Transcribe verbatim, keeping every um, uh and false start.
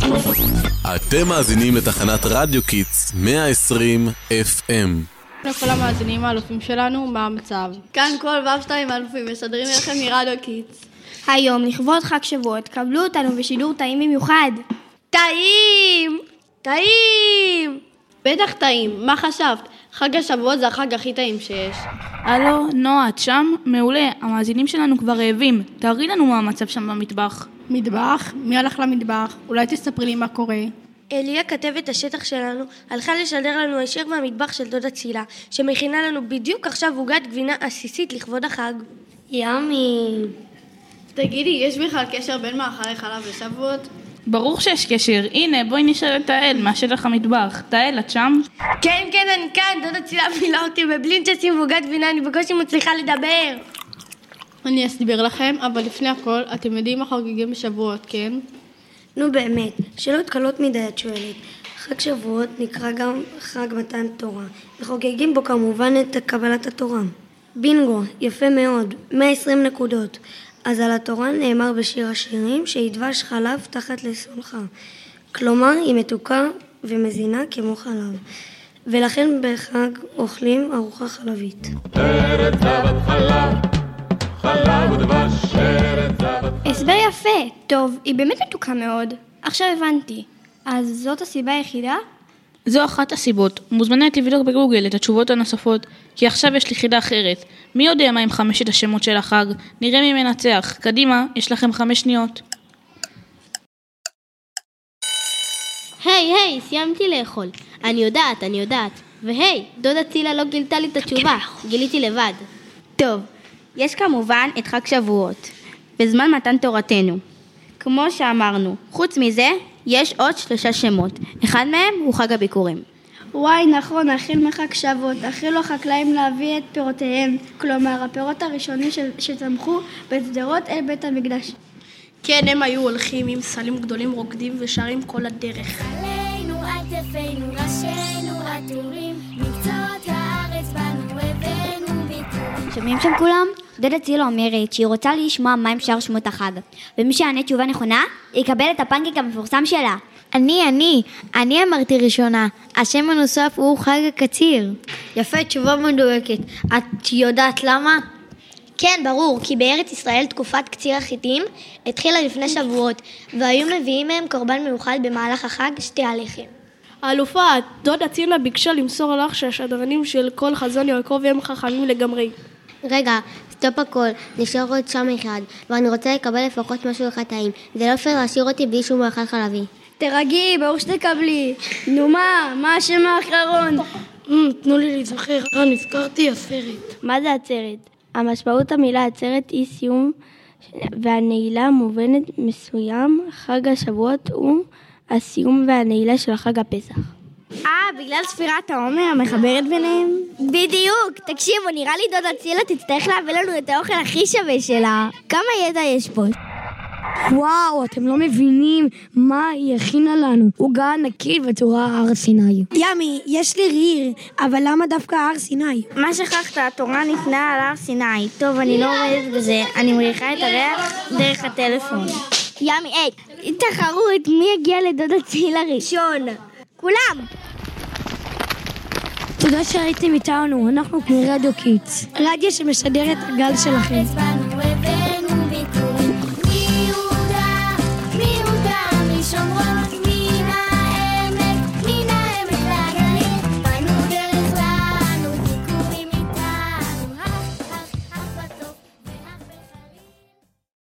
אתם מאזינים לתחנת רדיו קיטס מאה ועשרים אף אם. לכל המאזינים האלופים שלנו, מה המצב? כאן כל ו' שתיים האלופים, מסדרים לכם מרדיו קיטס. היום, לכבוד חג שבועות, קבלו אותנו בשידור טעים במיוחד. טעים! טעים! בטח טעים, מה חשבת? חג השבועות זה החג הכי טעים שיש. הלו, נועה, את שם? מעולה, המאזינים שלנו כבר רעבים. תארי לנו מה המצב שם במטבח. מטבח? מי הלך למטבח? אולי תספרי לי מה קורה. אליה כתבת השטח שלנו, הלכה לשדר לנו הישר מהמטבח של דודה צילה, שמכינה לנו בדיוק עכשיו עוגת גבינה עסיסית לכבוד החג. ימי. תגידי, יש בכלל קשר בין מאכלי חלב לשבועות? ברור שיש קשר. הנה, בואי נשאל את תאל מהשטח המטבח. תאל, את שם? כן, כן, אני כאן. דודה צילה מילה אותי בבלינצ'סים ועוגת גבינה, אני בקושי מצליחה לדבר. אני אסביר לכם, אבל לפני הכל, אתם יודעים מה חוגגים בשבועות, כן? נו באמת, שאלות קלות מדי את שואלת. חג שבועות נקרא גם חג מתן תורה, וחוגגים בו כמובן את קבלת התורה. בינגו, יפה מאוד, מאה ועשרים נקודות. אז על התורה נאמר בשיר השירים שידבש חלב תחת לסולך. כלומר, היא מתוקה ומזינה כמו חלב. ולכן בחג אוכלים ארוחה חלבית. ארץ זבת חלב, חלב ודבש, ארץ זבת. הסבר יפה. טוב, היא באמת מתוקה מאוד. עכשיו הבנתי. אז זאת הסיבה היחידה? זו אחת הסיבות. מוזמנת לבדוק בגוגל את התשובות הנוספות, כי עכשיו יש לי חידה אחרת. מי יודע מה עם חמשת השמות של החג? נראה מי מנצח. קדימה, יש לכם חמש שניות. היי, היי, סיימתי לאכול. אני יודעת, אני יודעת. והי, דודה צילה לא גילתה לי את התשובה. גיליתי לבד. טוב, יש כמובן את חג שבועות, בזמן מתן תורתנו. כמו שאמרנו, חוץ מזה, יש עוד שלושה שמות. אחד מהם הוא חג הביקורים. וואי, נכון, החל מחג שבועות, החלו החקלאים להביא את פירותיהם, כלומר, הפירות הראשונים שצמחו בשדרות אל בית המקדש. כן, הם היו הולכים עם סלים גדולים רוקדים ושרים כל הדרך. עלינו עטפינו, ראשינו עטורים, מקצות הארץ בנו הבאנו ביטורים. שומעים שם כולם? דודה צילה אומרת שהיא רוצה לשמוע מה עם שאר שמות החג, ומי שיענה תשובה נכונה, יקבל את הפנקק המפורסם שלה. אני, אני, אני אמרתי ראשונה, השם הנוסף הוא חג הקציר. יפה, תשובה מדויקת. את יודעת למה? כן, ברור, כי בארץ ישראל תקופת קציר החיטים התחילה לפני שבועות, והיו מביאים מהם קורבן מיוחד במהלך החג, שתי הלחם. האלופה, דודה צילה ביקשה למסור לך שהשדרנים של כל חזון יעקב הם חכמים לגמרי. רגע, סטופ הכל, נשאר עוד שם אחד, ואני רוצה לקבל לפחות משהו אחד טעים. זה לא פייר להשאיר אותי בלי שום מאכל חלבי. תרגי, ברור שתקבלי. נו מה, מה השם האחרון? תנו לי להיזכר, נזכרתי הסרט. מה זה עצרת? המשמעות המילה עצרת היא סיום, והנעילה מובנת מסוים. חג השבועות הוא הסיום והנעילה של חג הפסח. אה, בגלל ספירת העומר המחברת ביניהם? בדיוק, תקשיבו, נראה לי דודה צילה תצטרך להביא לנו את האוכל הכי שווה שלה. כמה ידע יש פה? וואו, אתם לא מבינים מה היא הכינה לנו. עוגה ענקית בצורה הר סיני. ימי, יש לי ריר, אבל למה דווקא הר סיני? מה שכחת, התורה ניתנה על הר סיני. טוב, אני לא עומדת בזה, אני מריחה את הריח דרך הטלפון. ימי, היי, תחרות, מי יגיע לדודה צילה ראשון? כולם! תודה שהייתם איתנו, אנחנו כמו רדיו קיטס. רדיו שמשדר את הגל שלכם.